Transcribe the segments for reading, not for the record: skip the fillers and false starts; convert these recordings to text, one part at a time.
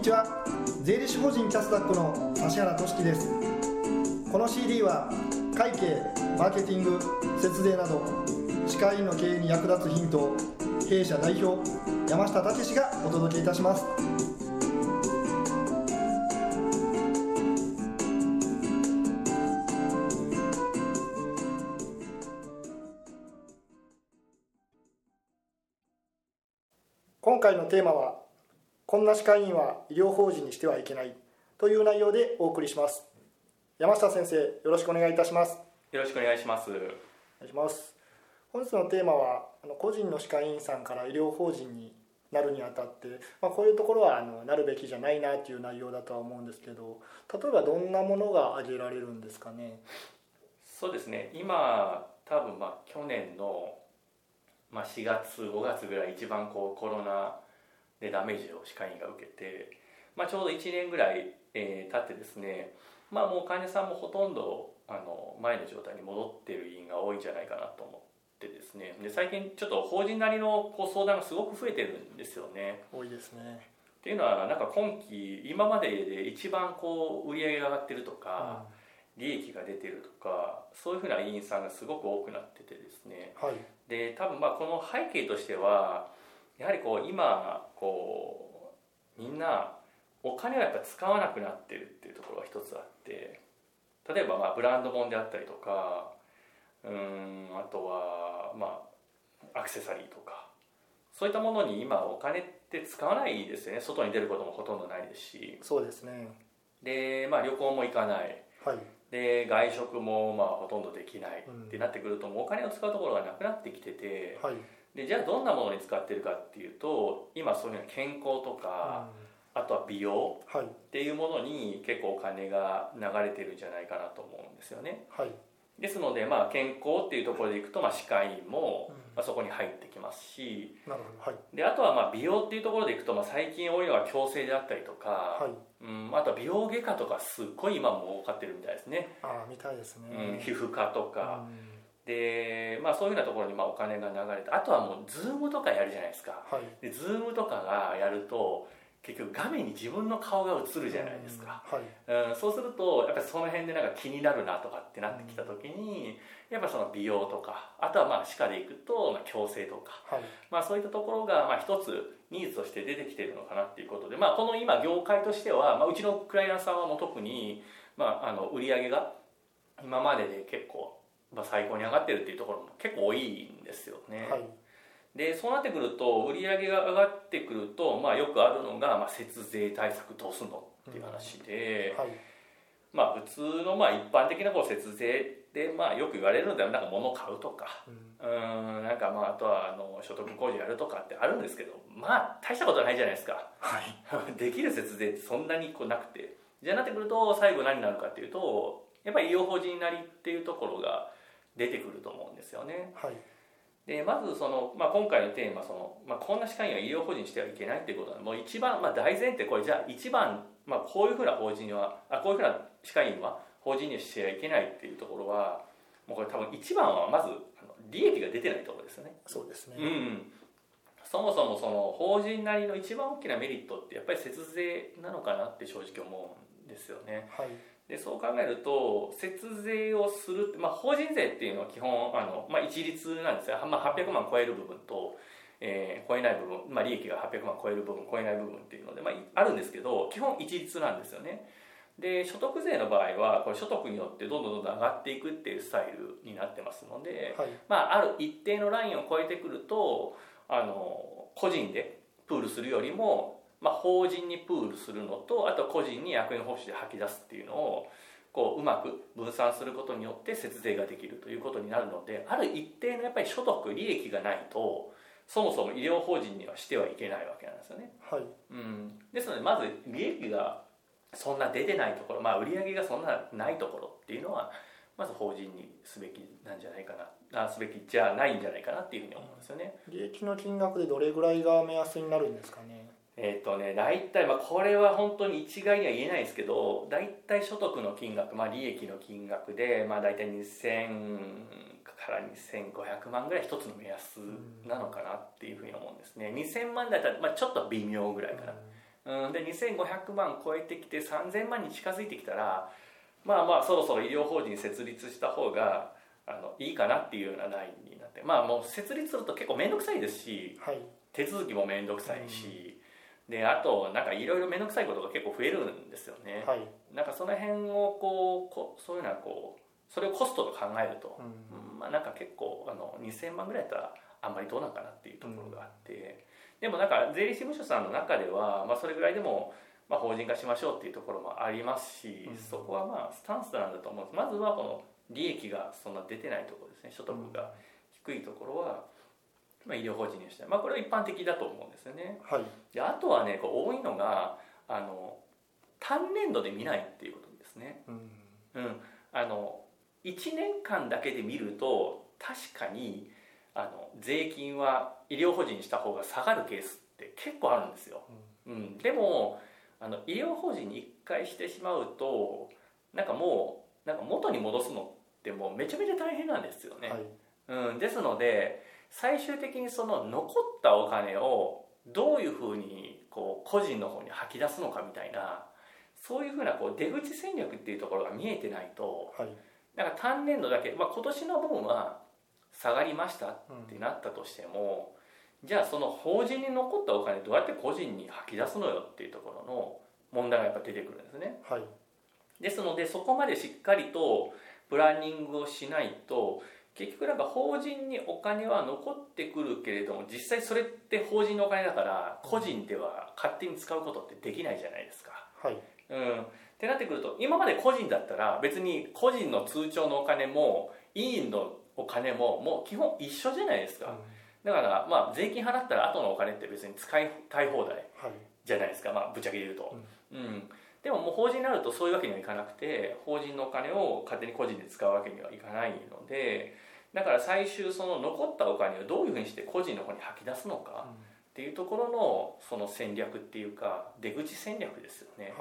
ちは。税理士法人キャスダックの指原俊樹です。この CD は会計、マーケティング、節税など歯科医の経営に役立つヒントを弊社代表山下武がお届けいたします。今回のテーマは、こんな歯科医院は医療法人にしてはいけないという内容でお送りします。山下先生、よろしくお願いいたします。 よろしくお願いします。 お願いします。本日のテーマは、個人の歯科医院さんから医療法人になるにあたって、こういうところはなるべきじゃないなという内容だとは思うんですけど、例えばどんなものが挙げられるんですかね。 そうですね、今多分去年の4月5月ぐらい一番コロナでダメージを歯科医院が受けて、ちょうど1年ぐらい、経ってですね、もう患者さんもほとんど前の状態に戻っている医院が多いんじゃないかなと思ってですね、で最近ちょっと法人なりの相談がすごく増えてるんですよね。 多いですね。 っていうのは今期今までで一番売り上げが上がってるとか、利益が出てるとか、そういうふうな医院さんがすごく多くなっててですね、で多分この背景としてはやはり今みんなお金をやっぱ使わなくなってるっていうところが一つあって、例えばブランド物であったりとか、あとはアクセサリーとか、そういったものに今お金って使わないですよね。外に出ることもほとんどないですし。 そうですね。 で、旅行も行かない、で外食もほとんどできないってなってくると、もうお金を使うところがなくなってきてて、でじゃあどんなものに使ってるかっていうと、今そういうの健康とか、あとは美容っていうものに結構お金が流れてるんじゃないかなと思うんですよね。ですので健康っていうところでいくと歯科医院もそこに入ってきますし、であとは美容っていうところでいくと最近多いのは矯正であったりとか、あとは美容外科とかすっごい今も多かってるみたいですね。 みたいですね。 皮膚科とか、でそういうようなところにお金が流れて、あとはもうズームとかやるじゃないですか。でズームとかがやると結局画面に自分の顔が映るじゃないですか。そうするとやっぱりその辺で気になるなとかってなってきた時に、やっぱその美容とか、あとは歯科でいくと矯正とか、そういったところが一つニーズとして出てきているのかなっていうことで、この今業界としては、うちのクライアントさんはもう特に、売り上げが今までで結構、最高に上がってるっていうところも結構多いんですよね。でそうなってくると、売り上げが上がってくると、よくあるのが、節税対策どうすんのっていう話で、普通の一般的な節税でよく言われるのでは物を買うとか、あとは所得控除やるとかってあるんですけど、大したことはないじゃないですか。できる節税ってそんなになくて、じゃあなってくると最後何になるかっていうと、やっぱり医療法人なりっていうところが出てくると思うんですよね。でまず今回のテーマ、こんな歯科医院は医療法人にしてはいけないっていうことはもう一番、大前提、これじゃあ一番、こういうふうな法人はこういうふうな歯科医院は法人にしてはいけないっていうところは、もうこれ多分一番はまず利益が出てないところですよね。 そうですね。 そもそもその法人なりの一番大きなメリットってやっぱり節税なのかなって正直思うんですよね。でそう考えると、節税をする、法人税っていうのは基本一律なんですよ。800万超える部分と、超えない部分、利益が800万超える部分超えない部分っていうので、あるんですけど、基本一律なんですよね。で所得税の場合はこれ所得によってどんどん上がっていくっていうスタイルになってますので、ある一定のラインを超えてくると個人でプールするよりも、法人にプールするのと、あと個人に役員報酬で吐き出すっていうのをうまく分散することによって節税ができるということになるので、ある一定のやっぱり所得利益がないとそもそも医療法人にはしてはいけないわけなんですよね。ですのでまず利益がそんな出てないところ、売り上げがそんなないところっていうのはまず法人にすべきなんじゃないかな、すべきじゃないんじゃないかなっていうふうに思うんですよね。 利益の金額でどれぐらいが目安になるんですかね。 大体、これは本当に一概には言えないですけど、大体所得の金額、利益の金額で、大体2000から2500万ぐらい一つの目安なのかなっていうふうに思うんですね。2000万だったら、ちょっと微妙ぐらいかな。 で2500万超えてきて3000万に近づいてきたらそろそろ医療法人設立した方がいいかなっていうようなラインになって、もう設立すると結構面倒くさいですし、はい、手続きも面倒くさいし、であとなんかいろいろ面倒くさいことが結構増えるんですよね、はい、なんかその辺をそういうのはそれをコストと考えると、なんか結構2000万ぐらいだったらあんまりどうなんかなっていうところがあって、でもなんか税理士事務所さんの中では、それぐらいでも法人化しましょうっていうところもありますし、そこはスタンスなんだと思うんです。まずはこの利益がそんな出てないところですね、所得が低いところは、医療法人にして、これは一般的だと思うんですよね、はい、であとはね多いのが単年度で見ないっていうことですね、1年間だけで見ると確かに税金は医療法人にした方が下がるケースって結構あるんですよ、でも医療法人に1回してしまうとなんか元に戻すのってもうめちゃめちゃ大変なんですよね、はい、ですので最終的にその残ったお金をどういうふうに個人の方に吐き出すのかみたいな、そういうふうな出口戦略っていうところが見えてないと、はい、なんか単年度だけ、今年の分は下がりましたってなったとしても、じゃあその法人に残ったお金どうやって個人に吐き出すのよっていうところの問題がやっぱ出てくるんですね、はい、ですのでそこまでしっかりとプランニングをしないと、結局なんか法人にお金は残ってくるけれども、実際それって法人のお金だから個人では勝手に使うことってできないじゃないですか、はい、ってなってくると、今まで個人だったら別に個人の通帳のお金も委員のお金ももう基本一緒じゃないですか、だから税金払ったら後のお金って別に使いたい放題じゃないですか、ぶっちゃけ言うと、でももう法人になるとそういうわけにはいかなくて、法人のお金を勝手に個人で使うわけにはいかないので、だから最終その残ったお金をどういうふうにして個人の方に吐き出すのかっていうところのその戦略っていうか出口戦略ですよね、はい、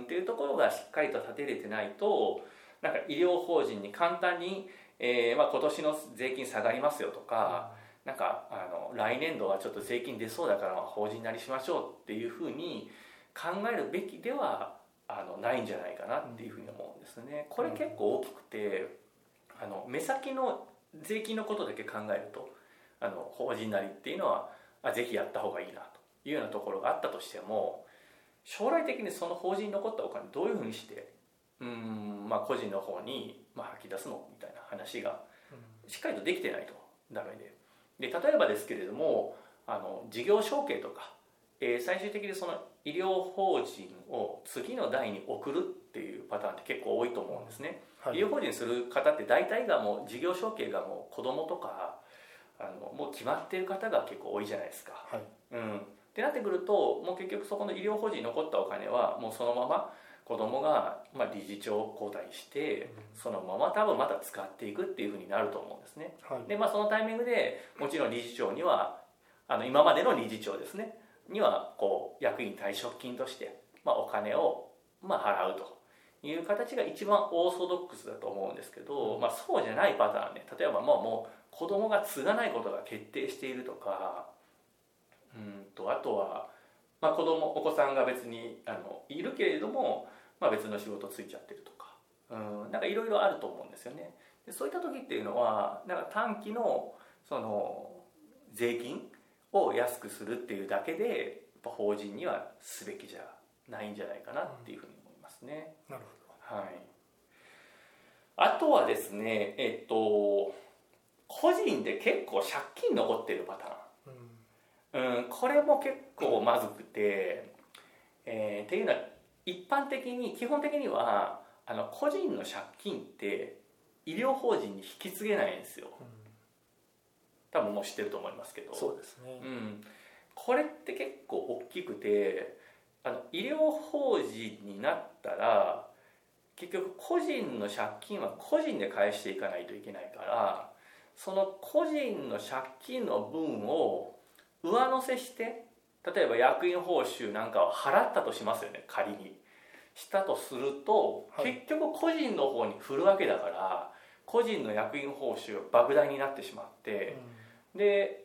っていうところがしっかりと立てれてないと、なんか医療法人に簡単に、今年の税金下がりますよとか、なんか来年度はちょっと税金出そうだから法人なりしましょうっていうふうに考えるべきではないんじゃないかなっていうふうに思うんですね。これ結構大きくて、目先の税金のことだけ考えると法人なりっていうのはぜひやった方がいいなというようなところがあったとしても、将来的にその法人に残ったお金どういうふうにして個人の方に吐き出すのみたいな話がしっかりとできてないとダメで、例えばですけれども事業承継とか、最終的にその医療法人を次の代に送るっていうパターンって結構多いと思うんですね、はい、医療法人する方って大体がもう事業承継がもう子供とかもう決まっている方が結構多いじゃないですか、はい、ってなってくるともう結局そこの医療法人に残ったお金はもうそのまま子供が理事長交代してそのまま多分また使っていくっていうふうになると思うんですね、はい、でそのタイミングでもちろん理事長には今までの理事長ですねには役員退職金として、お金を払うという形が一番オーソドックスだと思うんですけど、そうじゃないパターンね、例えばもう子供が継がないことが決定しているとか、あとは、お子さんが別にいるけれども、別の仕事ついちゃってるとか、なんかいろいろあると思うんですよね。でそういった時っていうのはなんか短期のその税金を安くするっていうだけでやっぱ法人にはすべきじゃないんじゃないかなっていうふうに思いますね、 なるほど、 はい、あとはですね個人で結構借金残ってるパターン、これも結構まずくて、っていうのは一般的に基本的には個人の借金って医療法人に引き継げないんですよ、多分もう知ってると思いますけど、 そうですね、 これって結構大きくて医療法人になったら結局個人の借金は個人で返していかないといけないから、その個人の借金の分を上乗せして例えば役員報酬なんかを払ったとしますよね、仮にしたとすると、はい、結局個人の方に振るわけだから個人の役員報酬は莫大になってしまって、で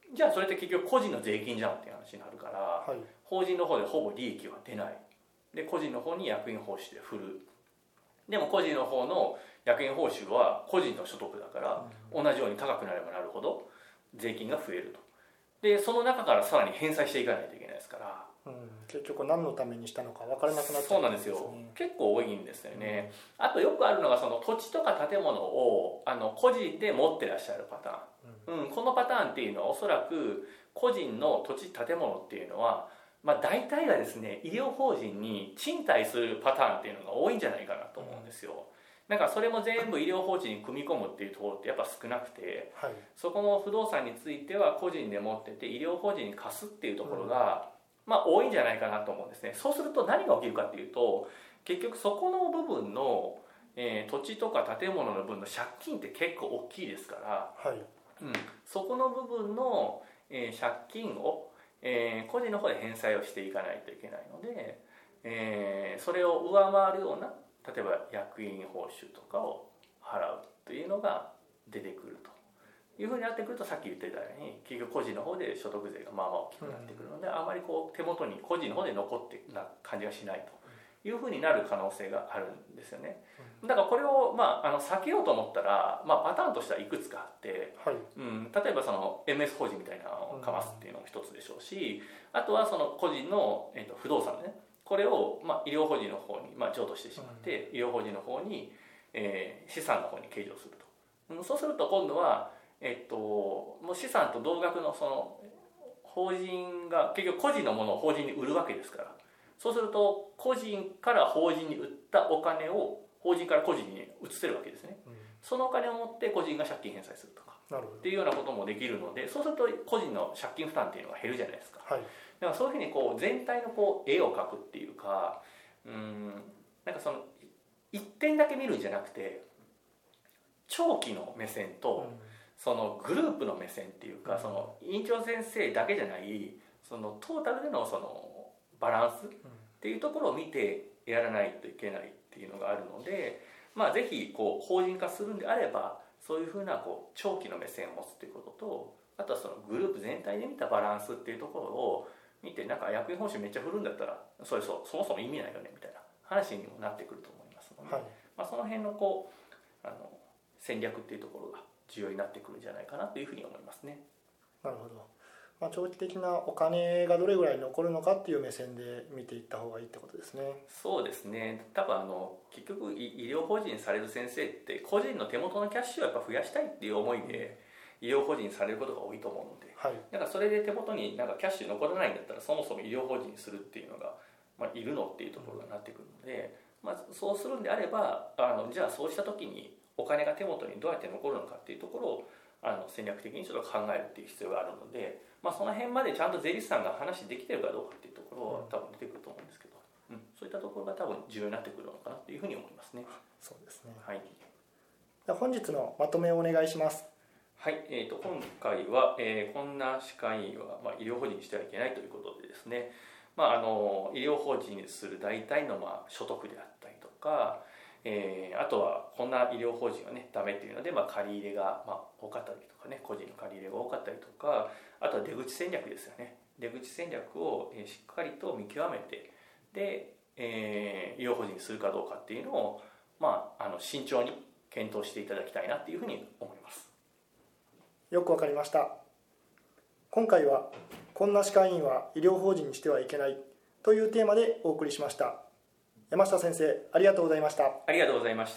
じゃあそれって結局個人の税金じゃんっていう話になるから、 はい、 法人の方でほぼ利益は出ない。で個人の方に役員報酬で振る。でも個人の方の役員報酬は個人の所得だから、同じように高くなればなるほど税金が増えると。でその中からさらに返済していかないといけないですから、 結局何のためにしたのか分からなくなっちゃうんですね。 そうなんですよ。結構多いんですよね。あとよくあるのがその土地とか建物を個人で持ってらっしゃるパターン、このパターンっていうのはおそらく個人の土地建物っていうのは、大体がですね医療法人に賃貸するパターンっていうのが多いんじゃないかなと思うんですよ。だからそれも全部医療法人に組み込むっていうところってやっぱ少なくて、 はい、 そこの不動産については個人で持ってて医療法人に貸すっていうところが、多いんじゃないかなと思うんですね。そうすると何が起きるかっていうと、結局そこの部分の、土地とか建物の分の借金って結構大きいですから、 はい、 そこの部分の、借金を、個人の方で返済をしていかないといけないので、それを上回るような例えば役員報酬とかを払うというのが出てくるというふうになってくると、さっき言ってたように結局個人の方で所得税が大きくなってくるので、あまり手元に個人の方で残ってな感じがしないというふうになる可能性があるんですよね。だからこれを避けようと思ったら、パターンとしてはいくつかあって、 はい、 例えばその MS 法人みたいなのをかますっていうのも一つでしょうし、あとはその個人の、不動産ね、これを医療法人の方に譲渡してしまって、医療法人の方に、資産の方に計上すると。そうすると今度は、もう資産と同額のその法人が結局個人のものを法人に売るわけですから、そうすると個人から法人に売ったお金を法人から個人に移せるわけですね。そのお金を持って個人が借金返済するとかっていうようなこともできるので、そうすると個人の借金負担っていうのが減るじゃないですか。 はい、 だからそういうふうに全体の絵を描くっていうか、なんかその一点だけ見るんじゃなくて、長期の目線とそのグループの目線っていうか、その院長先生だけじゃないそのトータルでのそのバランスっていうところを見てやらないといけないっていうのがあるので、ぜひ法人化するんであればそういうふうな長期の目線を持つっていうことと、あとはそのグループ全体で見たバランスっていうところを見て、なんか役員報酬めっちゃ振るんだったらそもそも意味ないよねみたいな話にもなってくると思いますので、はい、その辺の戦略っていうところが重要になってくるんじゃないかなというふうに思いますね。 なるほど。長期的なお金がどれぐらい残るのかっていう目線で見ていった方がいいってことですね。 そうですね。多分結局医療法人される先生って個人の手元のキャッシュをやっぱ増やしたいっていう思いで医療法人されることが多いと思うので、 はい、 だからそれで手元になんかキャッシュ残らないんだったらそもそも医療法人にするっていうのが、いるのっていうところになってくるので、そうするんであればじゃあそうした時にお金が手元にどうやって残るのかっていうところを戦略的にちょっと考えるっていう必要があるので、その辺までちゃんと税理士さんが話できてるかどうかっていうところは多分出てくると思うんですけど、そういったところが多分重要になってくるのかなというふうに思いますね。 そうですね。 はい。 では本日のまとめをお願いします。 はい。今回は、こんな歯科医院は、医療法人にしてはいけないということでですね、医療法人にする大体の所得であったりとか、あとはこんな医療法人はねダメっていうので、借り入れが多かったりとかね、個人の借り入れが多かったりとか、あとは出口戦略ですよね。出口戦略をしっかりと見極めて、で、医療法人にするかどうかっていうのを、慎重に検討していただきたいなっていうふうに思います。 よくわかりました。今回はこんな歯科医院は医療法人にしてはいけないというテーマでお送りしました。山下先生、ありがとうございました。 ありがとうございました。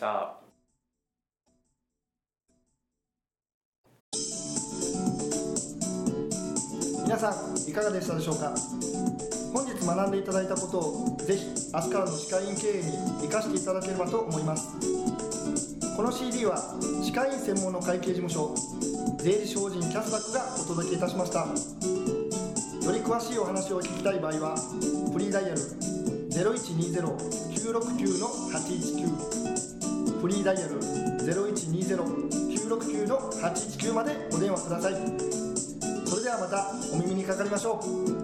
皆さんいかがでしたでしょうか。本日学んでいただいたことをぜひ明日からの歯科医院経営に生かしていただければと思います。この CD は歯科医院専門の会計事務所税理士法人キャスダックがお届けいたしました。より詳しいお話を聞きたい場合はフリーダイヤル 0120-969-819 フリーダイヤル 0120-969-819 までお電話ください。それではまたお耳にかかりましょう。